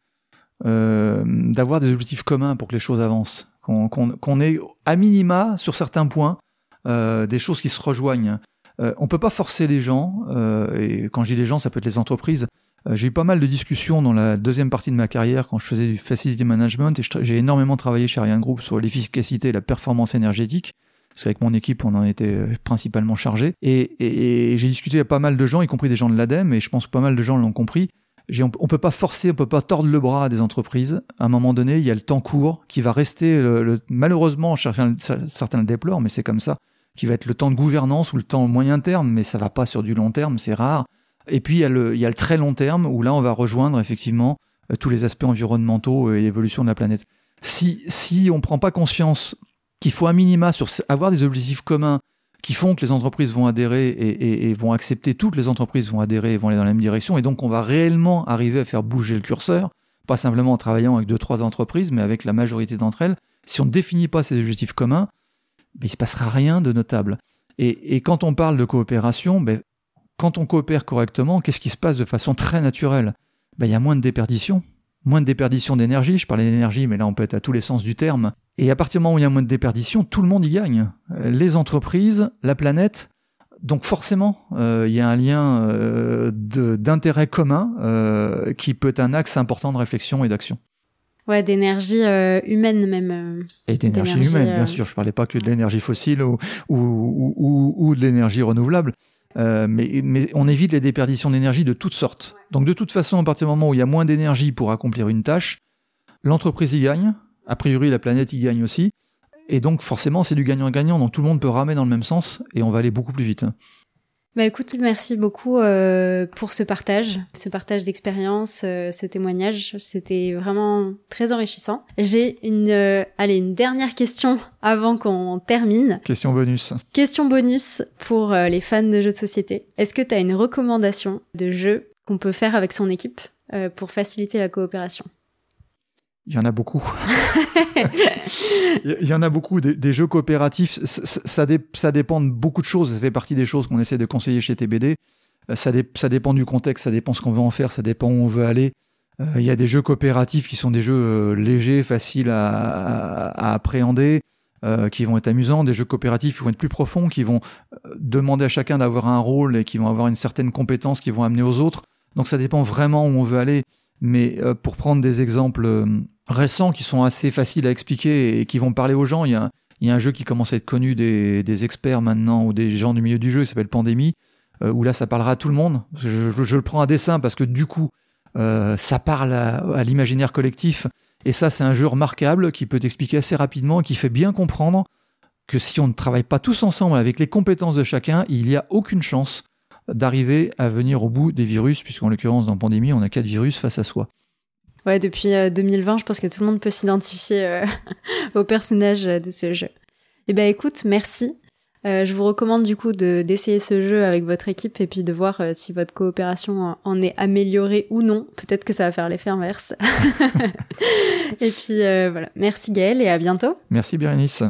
d'avoir des objectifs communs pour que les choses avancent, qu'on ait à minima, sur certains points, des choses qui se rejoignent. On peut pas forcer les gens, et quand je dis les gens, ça peut être les entreprises. J'ai eu pas mal de discussions dans la deuxième partie de ma carrière quand je faisais du facility management, et j'ai énormément travaillé chez Ariane Group sur l'efficacité et la performance énergétique, parce qu'avec mon équipe, on en était principalement chargé. Et j'ai discuté avec pas mal de gens, y compris des gens de l'ADEME, et je pense que pas mal de gens l'ont compris. On peut pas forcer, on peut pas tordre le bras à des entreprises. À un moment donné, il y a le temps court qui va rester, malheureusement, certains le déplorent, mais c'est comme ça, qui va être le temps de gouvernance ou le temps moyen terme, mais ça va pas sur du long terme, c'est rare. Et puis il y a le très long terme où là on va rejoindre effectivement tous les aspects environnementaux et l'évolution de la planète. Si on prend pas conscience qu'il faut à minima avoir des objectifs communs qui font que les entreprises vont adhérer et vont accepter, toutes les entreprises vont adhérer et vont aller dans la même direction, et donc on va réellement arriver à faire bouger le curseur, pas simplement en travaillant avec 2-3 entreprises, mais avec la majorité d'entre elles. Si on ne définit pas ces objectifs communs, il ne se passera rien de notable. Et quand on parle de coopération, quand on coopère correctement, qu'est-ce qui se passe de façon très naturelle ? Il y a moins de déperdition d'énergie. Je parlais d'énergie, mais là on peut être à tous les sens du terme. Et à partir du moment où il y a moins de déperdition, tout le monde y gagne. Les entreprises, la planète. Donc forcément, il y a un lien d'intérêt commun qui peut être un axe important de réflexion et d'action. Ouais, d'énergie humaine même. Et d'énergie humaine, bien sûr. Je parlais pas que de l'énergie fossile ou de l'énergie renouvelable. Mais on évite les déperditions d'énergie de toutes sortes. Donc de toute façon, à partir du moment où il y a moins d'énergie pour accomplir une tâche, l'entreprise y gagne, a priori la planète y gagne aussi, et donc forcément c'est du gagnant-gagnant, donc tout le monde peut ramer dans le même sens, et on va aller beaucoup plus vite. Écoute, merci beaucoup pour ce partage d'expérience, ce témoignage, c'était vraiment très enrichissant. J'ai une dernière question avant qu'on termine. Question bonus pour les fans de jeux de société. Est-ce que tu as une recommandation de jeu qu'on peut faire avec son équipe pour faciliter la coopération ? Il y en a beaucoup. Il y en a beaucoup. Des jeux coopératifs, ça dépend de beaucoup de choses. Ça fait partie des choses qu'on essaie de conseiller chez TBD. Ça dépend du contexte, ça dépend ce qu'on veut en faire, ça dépend où on veut aller. Il y a des jeux coopératifs qui sont des jeux légers, faciles à appréhender, qui vont être amusants. Des jeux coopératifs qui vont être plus profonds, qui vont demander à chacun d'avoir un rôle et qui vont avoir une certaine compétence qui vont amener aux autres. Donc ça dépend vraiment où on veut aller. Mais pour prendre des exemples récents qui sont assez faciles à expliquer et qui vont parler aux gens, il y a un jeu qui commence à être connu des experts maintenant ou des gens du milieu du jeu, il s'appelle Pandémie, où là ça parlera à tout le monde. Je le prends à dessein parce que du coup ça parle à l'imaginaire collectif, et ça c'est un jeu remarquable qui peut t'expliquer assez rapidement et qui fait bien comprendre que si on ne travaille pas tous ensemble avec les compétences de chacun, il n'y a aucune chance d'arriver à venir au bout des virus, puisqu'en l'occurrence dans Pandémie on a 4 virus face à soi. Ouais, depuis 2020, je pense que tout le monde peut s'identifier au personnage de ce jeu. Écoute, merci. Je vous recommande du coup d'essayer ce jeu avec votre équipe et puis de voir si votre coopération en est améliorée ou non. Peut-être que ça va faire l'effet inverse. Et puis voilà. Merci Gaël et à bientôt. Merci Bérénice.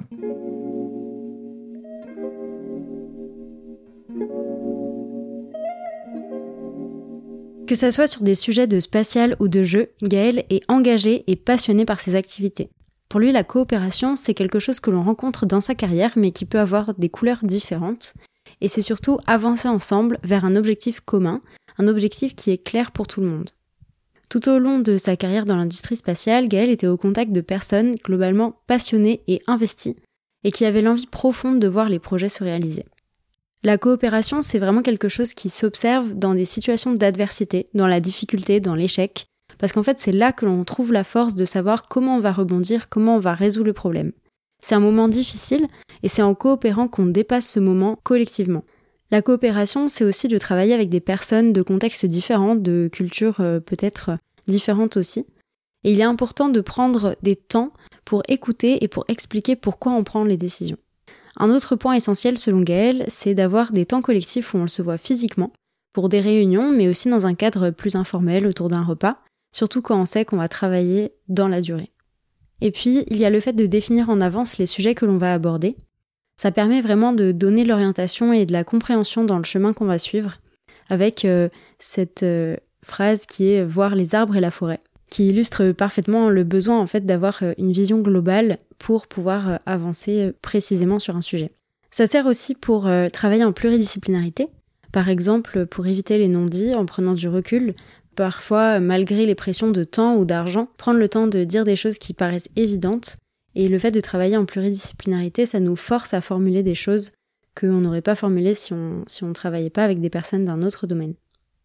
Que ça soit sur des sujets de spatial ou de jeu, Gaël est engagé et passionné par ses activités. Pour lui, la coopération, c'est quelque chose que l'on rencontre dans sa carrière, mais qui peut avoir des couleurs différentes. Et c'est surtout avancer ensemble vers un objectif commun, un objectif qui est clair pour tout le monde. Tout au long de sa carrière dans l'industrie spatiale, Gaël était au contact de personnes globalement passionnées et investies, et qui avaient l'envie profonde de voir les projets se réaliser. La coopération, c'est vraiment quelque chose qui s'observe dans des situations d'adversité, dans la difficulté, dans l'échec, parce qu'en fait, c'est là que l'on trouve la force de savoir comment on va rebondir, comment on va résoudre le problème. C'est un moment difficile, et c'est en coopérant qu'on dépasse ce moment collectivement. La coopération, c'est aussi de travailler avec des personnes de contextes différents, de cultures peut-être différentes aussi. Et il est important de prendre des temps pour écouter et pour expliquer pourquoi on prend les décisions. Un autre point essentiel selon Gaël, c'est d'avoir des temps collectifs où on se voit physiquement, pour des réunions, mais aussi dans un cadre plus informel autour d'un repas, surtout quand on sait qu'on va travailler dans la durée. Et puis, il y a le fait de définir en avance les sujets que l'on va aborder. Ça permet vraiment de donner de l'orientation et de la compréhension dans le chemin qu'on va suivre, avec cette phrase qui est « voir les arbres et la forêt », qui illustre parfaitement le besoin en fait d'avoir une vision globale pour pouvoir avancer précisément sur un sujet. Ça sert aussi pour travailler en pluridisciplinarité, par exemple pour éviter les non-dits en prenant du recul, parfois malgré les pressions de temps ou d'argent, prendre le temps de dire des choses qui paraissent évidentes, et le fait de travailler en pluridisciplinarité, ça nous force à formuler des choses qu'on n'aurait pas formulées si on ne travaillait pas avec des personnes d'un autre domaine.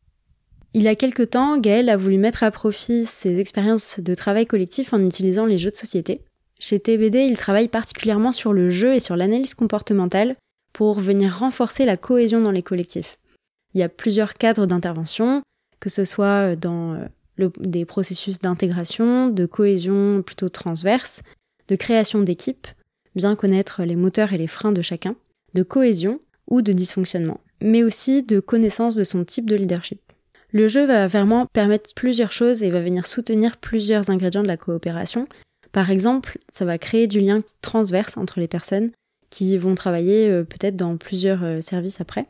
Il y a quelque temps, Gaëlle a voulu mettre à profit ses expériences de travail collectif en utilisant les jeux de société. Chez TBD, il travaille particulièrement sur le jeu et sur l'analyse comportementale pour venir renforcer la cohésion dans les collectifs. Il y a plusieurs cadres d'intervention, que ce soit dans des processus d'intégration, de cohésion plutôt transverse, de création d'équipe, bien connaître les moteurs et les freins de chacun, de cohésion ou de dysfonctionnement, mais aussi de connaissance de son type de leadership. Le jeu va vraiment permettre plusieurs choses et va venir soutenir plusieurs ingrédients de la coopération. Par exemple, ça va créer du lien transverse entre les personnes qui vont travailler peut-être dans plusieurs services après.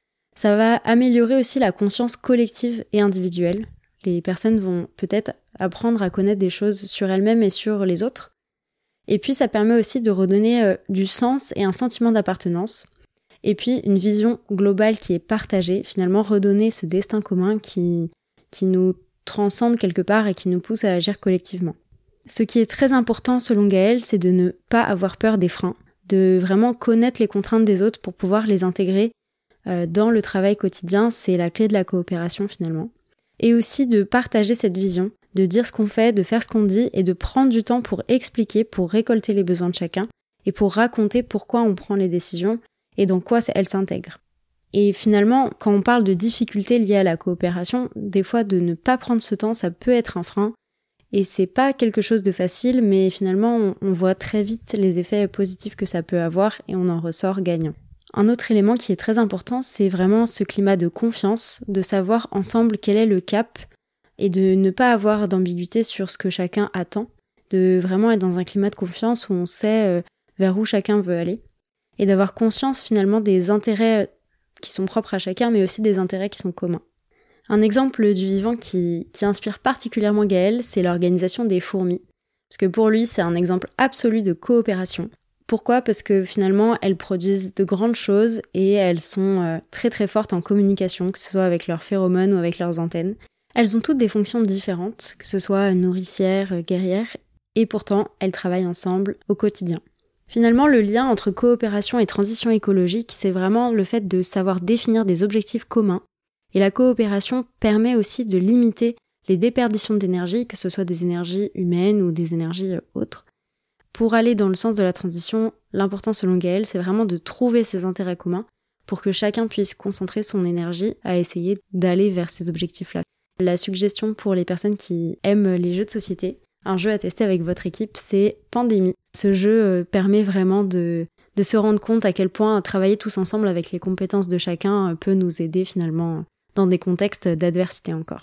Ça va améliorer aussi la conscience collective et individuelle. Les personnes vont peut-être apprendre à connaître des choses sur elles-mêmes et sur les autres. Et puis ça permet aussi de redonner du sens et un sentiment d'appartenance. Et puis une vision globale qui est partagée, finalement redonner ce destin commun qui nous transcende quelque part et qui nous pousse à agir collectivement. Ce qui est très important selon Gaëlle, c'est de ne pas avoir peur des freins, de vraiment connaître les contraintes des autres pour pouvoir les intégrer dans le travail quotidien, c'est la clé de la coopération finalement. Et aussi de partager cette vision, de dire ce qu'on fait, de faire ce qu'on dit et de prendre du temps pour expliquer, pour récolter les besoins de chacun et pour raconter pourquoi on prend les décisions et dans quoi elles s'intègrent. Et finalement, quand on parle de difficultés liées à la coopération, des fois de ne pas prendre ce temps, ça peut être un frein. Et c'est pas quelque chose de facile, mais finalement, on voit très vite les effets positifs que ça peut avoir et on en ressort gagnant. Un autre élément qui est très important, c'est vraiment ce climat de confiance, de savoir ensemble quel est le cap et de ne pas avoir d'ambiguïté sur ce que chacun attend, de vraiment être dans un climat de confiance où on sait vers où chacun veut aller. Et d'avoir conscience finalement des intérêts qui sont propres à chacun, mais aussi des intérêts qui sont communs. Un exemple du vivant qui inspire particulièrement Gaëlle, c'est l'organisation des fourmis. Parce que pour lui, c'est un exemple absolu de coopération. Pourquoi ? Parce que finalement, elles produisent de grandes choses et elles sont très très fortes en communication, que ce soit avec leurs phéromones ou avec leurs antennes. Elles ont toutes des fonctions différentes, que ce soit nourricières, guerrières, et pourtant, elles travaillent ensemble au quotidien. Finalement, le lien entre coopération et transition écologique, c'est vraiment le fait de savoir définir des objectifs communs. Et la coopération permet aussi de limiter les déperditions d'énergie, que ce soit des énergies humaines ou des énergies autres. Pour aller dans le sens de la transition, l'important selon Gaëlle, c'est vraiment de trouver ces intérêts communs pour que chacun puisse concentrer son énergie à essayer d'aller vers ces objectifs-là. La suggestion pour les personnes qui aiment les jeux de société, un jeu à tester avec votre équipe, c'est Pandémie. Ce jeu permet vraiment de se rendre compte à quel point travailler tous ensemble avec les compétences de chacun peut nous aider finalement dans des contextes d'adversité encore.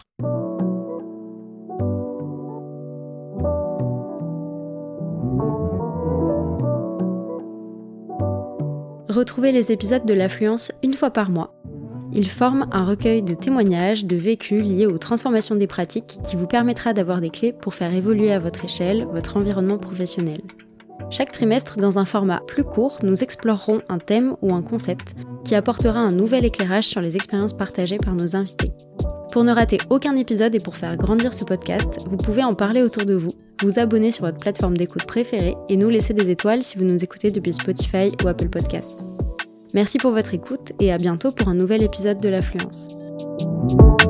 Retrouvez les épisodes de l'Affluence une fois par mois. Ils forment un recueil de témoignages, de vécus liés aux transformations des pratiques qui vous permettra d'avoir des clés pour faire évoluer à votre échelle votre environnement professionnel. Chaque trimestre, dans un format plus court, nous explorerons un thème ou un concept qui apportera un nouvel éclairage sur les expériences partagées par nos invités. Pour ne rater aucun épisode et pour faire grandir ce podcast, vous pouvez en parler autour de vous, vous abonner sur votre plateforme d'écoute préférée et nous laisser des étoiles si vous nous écoutez depuis Spotify ou Apple Podcasts. Merci pour votre écoute et à bientôt pour un nouvel épisode de l'Affluence.